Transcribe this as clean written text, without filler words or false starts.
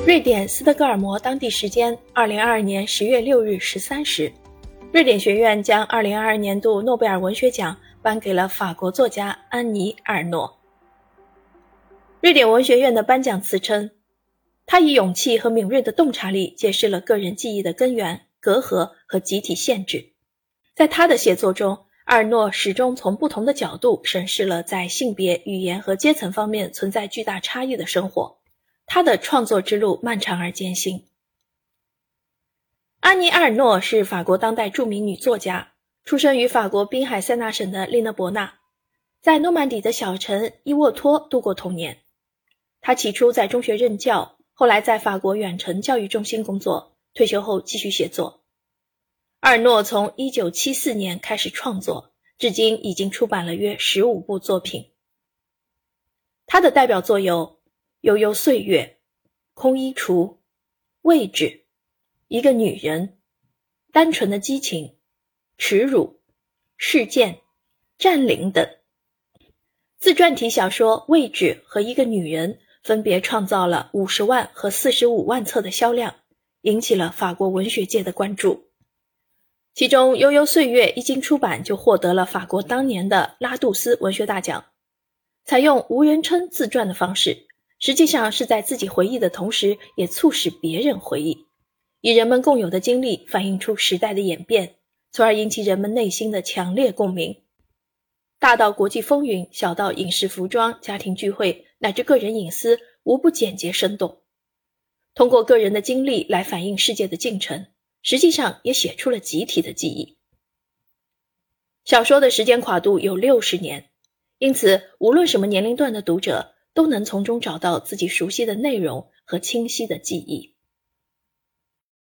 瑞典斯德哥尔摩当地时间2022年10月6日13时，瑞典学院将2022年度诺贝尔文学奖颁给了法国作家安妮·埃尔诺。瑞典文学院的颁奖词称，他以勇气和敏锐的洞察力揭示了个人记忆的根源、隔阂和集体限制。在他的写作中，埃尔诺始终从不同的角度审视了在性别、语言和阶层方面存在巨大差异的生活。他的创作之路漫长而艰辛。安妮·埃尔诺是法国当代著名女作家，出生于法国滨海塞纳省的利讷伯纳，在诺曼底的小城伊沃托度过童年。她起初在中学任教，后来在法国远程教育中心工作，退休后继续写作。埃尔诺从1974年开始创作，至今已经出版了约15部作品。她的代表作有悠悠岁月、空衣橱、位置、一个女人、单纯的激情、耻辱、事件、占领等。自传体小说位置和一个女人分别创造了50万和45万册的销量，引起了法国文学界的关注。其中悠悠岁月一经出版就获得了法国当年的拉杜斯文学大奖。采用无人称自传的方式，实际上是在自己回忆的同时，也促使别人回忆，以人们共有的经历反映出时代的演变，从而引起人们内心的强烈共鸣。大到国际风云，小到影视服装、家庭聚会，乃至个人隐私，无不简洁生动。通过个人的经历来反映世界的进程，实际上也写出了集体的记忆。小说的时间跨度有60年，因此无论什么年龄段的读者都能从中找到自己熟悉的内容和清晰的记忆。